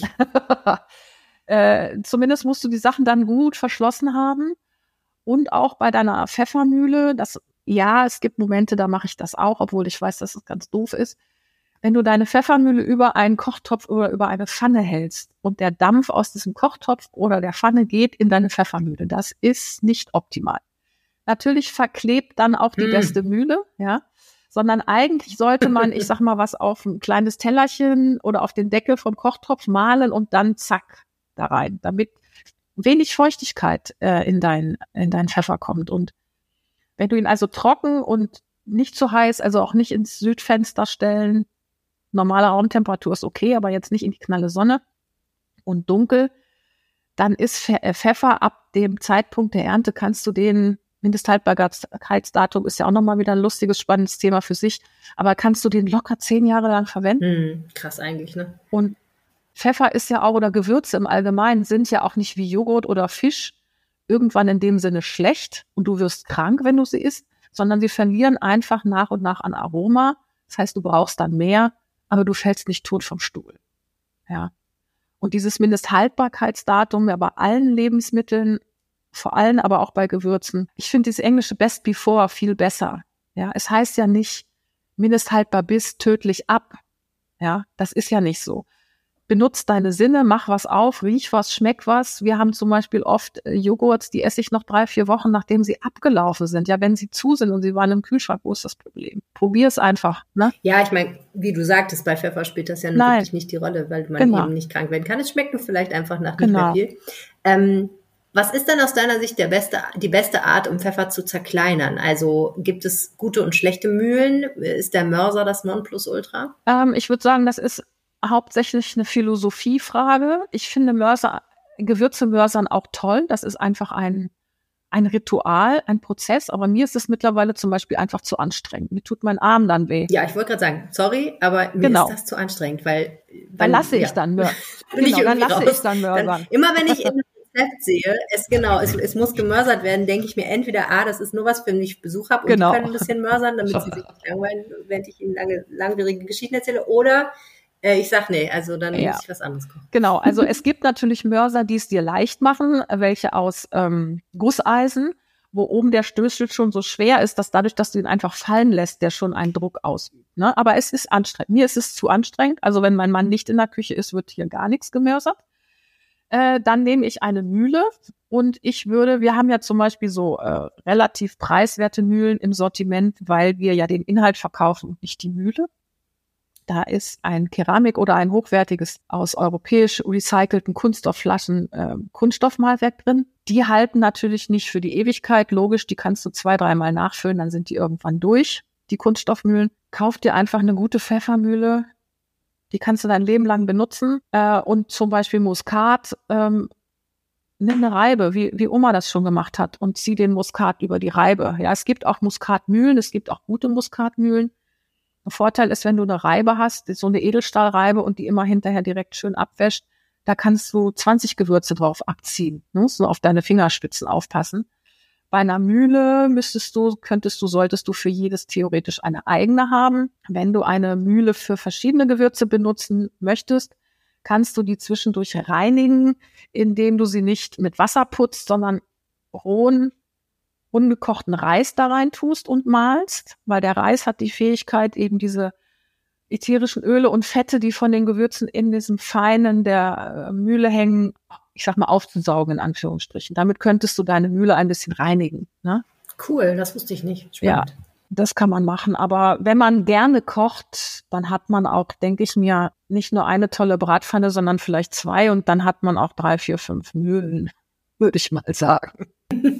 äh, zumindest musst du die Sachen dann gut verschlossen haben. Und auch bei deiner Pfeffermühle, das, ja, es gibt Momente, da mache ich das auch, obwohl ich weiß, dass es ganz doof ist. Wenn du deine Pfeffermühle über einen Kochtopf oder über eine Pfanne hältst und der Dampf aus diesem Kochtopf oder der Pfanne geht in deine Pfeffermühle, das ist nicht optimal. Natürlich verklebt dann auch die mm. beste Mühle, ja, sondern eigentlich sollte man, ich sag mal, was auf ein kleines Tellerchen oder auf den Deckel vom Kochtopf mahlen und dann zack da rein, damit wenig Feuchtigkeit äh, in dein in deinen Pfeffer kommt. Und wenn du ihn also trocken und nicht zu heiß, also auch nicht ins Südfenster stellen, normale Raumtemperatur ist okay, aber jetzt nicht in die knalle Sonne und dunkel, dann ist Pfeffer ab dem Zeitpunkt der Ernte, kannst du den, Mindesthaltbarkeitsdatum ist ja auch nochmal wieder ein lustiges, spannendes Thema für sich, aber kannst du den locker zehn Jahre lang verwenden. Hm, krass eigentlich, ne? Und Pfeffer ist ja auch, oder Gewürze im Allgemeinen sind ja auch nicht wie Joghurt oder Fisch irgendwann in dem Sinne schlecht und du wirst krank, wenn du sie isst, sondern sie verlieren einfach nach und nach an Aroma. Das heißt, du brauchst dann mehr, aber du fällst nicht tot vom Stuhl. Ja. Und dieses Mindesthaltbarkeitsdatum ja bei allen Lebensmitteln, vor allem aber auch bei Gewürzen. Ich finde dieses englische Best Before viel besser. Ja, es heißt ja nicht mindesthaltbar bis tödlich ab. Ja, das ist ja nicht so. Benutz deine Sinne, mach was auf, riech was, schmeck was. Wir haben zum Beispiel oft äh, Joghurts, die esse ich noch drei, vier Wochen, nachdem sie abgelaufen sind. Ja, wenn sie zu sind und sie waren im Kühlschrank, wo ist das Problem? Probier es einfach. Ne? Ja, ich meine, wie du sagtest, bei Pfeffer spielt das ja nun wirklich nicht die Rolle, weil man genau. eben nicht krank werden kann. Es schmeckt nur vielleicht einfach nach genau. nicht mehr viel. Ähm, was ist denn aus deiner Sicht der beste, die beste Art, um Pfeffer zu zerkleinern? Also gibt es gute und schlechte Mühlen? Ist der Mörser das Nonplusultra? Ähm, ich würde sagen, das ist hauptsächlich eine Philosophiefrage. Ich finde Mörser, Gewürze mörsern auch toll. Das ist einfach ein, ein Ritual, ein Prozess. Aber mir ist es mittlerweile zum Beispiel einfach zu anstrengend. Mir tut mein Arm dann weh. Ja, ich wollte gerade sagen, sorry, aber mir genau. ist das zu anstrengend, weil dann lasse ich dann mörsern. genau, dann lasse ich dann mörsern. Immer wenn ich in einem Rezept sehe, es genau, es, es muss gemörsert werden, denke ich mir entweder, ah, das ist nur was, wenn ich Besuch habe und genau. die können ein bisschen mörsern, damit sie sich nicht langweilen, während ich ihnen lange, langwierige Geschichten erzähle. Oder äh, ich sag nee, also dann ja. muss ich was anderes kochen. Genau, also es gibt natürlich Mörser, die es dir leicht machen, welche aus ähm, Gusseisen, wo oben der Stößel schon so schwer ist, dass dadurch, dass du ihn einfach fallen lässt, der schon einen Druck ausübt. Ne? Aber es ist anstrengend. Mir ist es zu anstrengend. Also wenn mein Mann nicht in der Küche ist, wird hier gar nichts gemörsert. Äh, dann nehme ich eine Mühle und ich würde, wir haben ja zum Beispiel so äh, relativ preiswerte Mühlen im Sortiment, weil wir ja den Inhalt verkaufen und nicht die Mühle. Da ist ein Keramik oder ein hochwertiges aus europäisch recycelten Kunststoffflaschen äh, Kunststoffmalwerk drin. Die halten natürlich nicht für die Ewigkeit, logisch, die kannst du zwei, dreimal nachfüllen, dann sind die irgendwann durch, die Kunststoffmühlen. Kauf dir einfach eine gute Pfeffermühle, die kannst du dein Leben lang benutzen. Äh, und zum Beispiel Muskat, ähm, nimm eine Reibe, wie, wie Oma das schon gemacht hat, und zieh den Muskat über die Reibe. Ja, es gibt auch Muskatmühlen, es gibt auch gute Muskatmühlen. Ein Vorteil ist, wenn du eine Reibe hast, so eine Edelstahlreibe und die immer hinterher direkt schön abwäscht, da kannst du zwanzig Gewürze drauf abziehen, ne? So auf deine Fingerspitzen aufpassen. Bei einer Mühle müsstest du, könntest du, solltest du für jedes theoretisch eine eigene haben. Wenn du eine Mühle für verschiedene Gewürze benutzen möchtest, kannst du die zwischendurch reinigen, indem du sie nicht mit Wasser putzt, sondern rohen, ungekochten Reis da rein tust und mahlst, weil der Reis hat die Fähigkeit, eben diese ätherischen Öle und Fette, die von den Gewürzen in diesem Feinen der Mühle hängen, ich sag mal, aufzusaugen, in Anführungsstrichen. Damit könntest du deine Mühle ein bisschen reinigen. Ne? Cool, das wusste ich nicht. Spannend. Ja, das kann man machen. Aber wenn man gerne kocht, dann hat man auch, denke ich mir, nicht nur eine tolle Bratpfanne, sondern vielleicht zwei und dann hat man auch drei, vier, fünf Mühlen, würde ich mal sagen.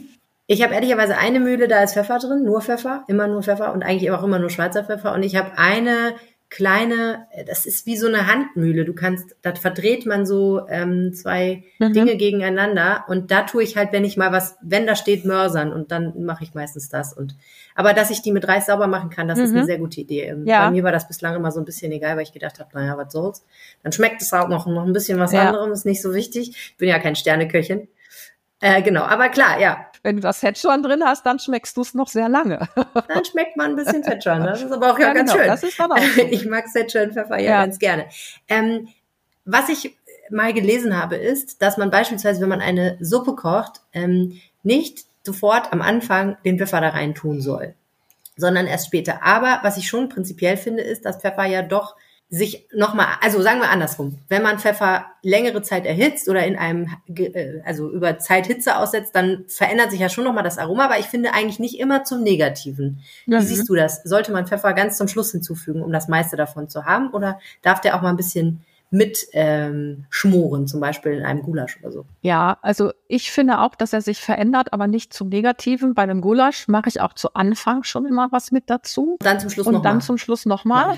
Ich habe ehrlicherweise eine Mühle, da ist Pfeffer drin, nur Pfeffer, immer nur Pfeffer und eigentlich auch immer nur Schweizer Pfeffer. Und ich habe eine kleine, das ist wie so eine Handmühle. Du kannst, da verdreht man so ähm, zwei mhm. Dinge gegeneinander und da tue ich halt, wenn ich mal was, wenn da steht, mörsern und dann mache ich meistens das. Und aber dass ich die mit Reis sauber machen kann, das mhm. ist eine sehr gute Idee. Ja. Bei mir war das bislang immer so ein bisschen egal, weil ich gedacht habe, naja, was soll's. Dann schmeckt es auch noch, noch ein bisschen was ja. anderem, ist nicht so wichtig. Ich bin ja kein Sterneköchin. Äh, genau, aber klar, ja. Wenn du das Szechuan drin hast, dann schmeckst du es noch sehr lange. Dann schmeckt man ein bisschen Szechuan. Das ist aber auch ja, ja ganz genau, schön. Das ist dann auch so. Ich mag Szechuan-Pfeffer ja, ja ganz gerne. Ähm, was ich mal gelesen habe, ist, dass man beispielsweise, wenn man eine Suppe kocht, ähm, nicht sofort am Anfang den Pfeffer da rein tun soll, sondern erst später. Aber was ich schon prinzipiell finde, ist, dass Pfeffer ja doch sich nochmal, also sagen wir andersrum, wenn man Pfeffer längere Zeit erhitzt oder in einem, also über Zeit Hitze aussetzt, dann verändert sich ja schon nochmal das Aroma, aber ich finde eigentlich nicht immer zum Negativen. Wie mhm. siehst du das? Sollte man Pfeffer ganz zum Schluss hinzufügen, um das meiste davon zu haben, oder darf der auch mal ein bisschen mit ähm, schmoren, zum Beispiel in einem Gulasch oder so? Ja, also ich finde auch, dass er sich verändert, aber nicht zum Negativen. Bei einem Gulasch mache ich auch zu Anfang schon immer was mit dazu. Dann zum Schluss Und noch dann mal. zum Schluss nochmal.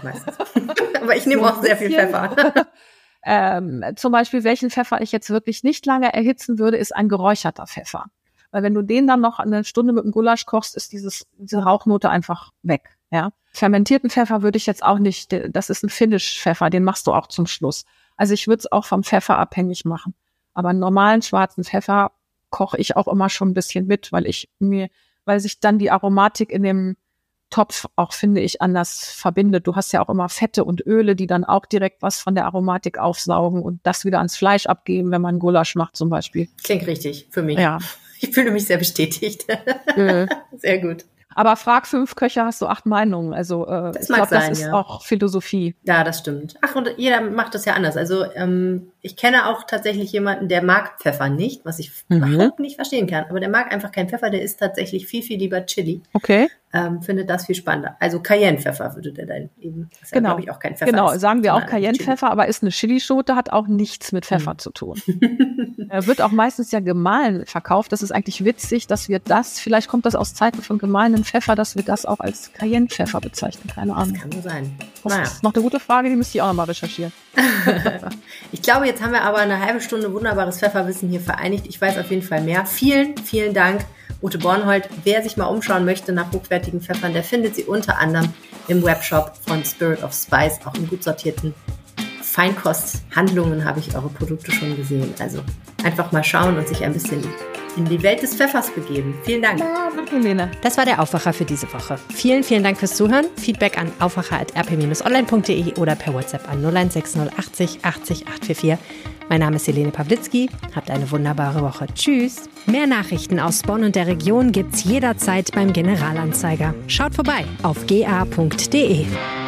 Aber ich nehme so auch sehr viel Pfeffer. ähm, zum Beispiel, welchen Pfeffer ich jetzt wirklich nicht lange erhitzen würde, ist ein geräucherter Pfeffer. Weil wenn du den dann noch eine Stunde mit dem Gulasch kochst, ist dieses, diese Rauchnote einfach weg. Ja, fermentierten Pfeffer würde ich jetzt auch nicht, das ist ein Finish-Pfeffer, den machst du auch zum Schluss. Also ich würde es auch vom Pfeffer abhängig machen. Aber einen normalen schwarzen Pfeffer koche ich auch immer schon ein bisschen mit, weil ich mir, weil sich dann die Aromatik in dem Topf auch, finde ich, anders verbindet. Du hast ja auch immer Fette und Öle, die dann auch direkt was von der Aromatik aufsaugen und das wieder ans Fleisch abgeben, wenn man Gulasch macht zum Beispiel. Klingt richtig für mich. Ja. Ich fühle mich sehr bestätigt. Mhm. Sehr gut. Aber frag fünf Köche, hast du acht Meinungen. Also äh, das ich glaube, das sein, ist ja. auch Philosophie. Ja, das stimmt. Ach, und jeder macht das ja anders. Also ähm, ich kenne auch tatsächlich jemanden, der mag Pfeffer nicht, was ich mhm. überhaupt nicht verstehen kann. Aber der mag einfach keinen Pfeffer, der isst tatsächlich viel, viel lieber Chili. Okay. ähm, findet das viel spannender. Also Cayennepfeffer würde der dann eben, das ist genau. ja, glaube ich, auch kein Pfeffer. Genau, ist, sagen wir auch Cayennepfeffer, aber ist eine Chilischote, hat auch nichts mit Pfeffer mhm. zu tun. Er wird auch meistens ja gemahlen verkauft. Das ist eigentlich witzig, dass wir das, vielleicht kommt das aus Zeiten von gemahlenen Pfeffer, dass wir das auch als Cayennepfeffer bezeichnen. Keine Ahnung. Das kann so sein. Das naja. ist noch eine gute Frage, die müsste ich auch nochmal recherchieren. Ich glaube, jetzt haben wir aber eine halbe Stunde wunderbares Pfefferwissen hier vereinigt. Ich weiß auf jeden Fall mehr. Vielen, vielen Dank, Ute Bornhold. Wer sich mal umschauen möchte nach hochwertigen Pfeffern, der findet sie unter anderem im Webshop von Spirit of Spice, auch in gut sortierten Feinkosthandlungen habe ich eure Produkte schon gesehen. Also einfach mal schauen und sich ein bisschen in die Welt des Pfeffers begeben. Vielen Dank. Ja, danke, Lena. Das war der Aufwacher für diese Woche. Vielen, vielen Dank fürs Zuhören. Feedback an aufwacher at r p dash online punkt d e oder per WhatsApp an null eins sechs null achtzig achtzig acht vier vier. Mein Name ist Helene Pawlitzki. Habt eine wunderbare Woche. Tschüss. Mehr Nachrichten aus Bonn und der Region gibt's jederzeit beim Generalanzeiger. Schaut vorbei auf g a punkt d e.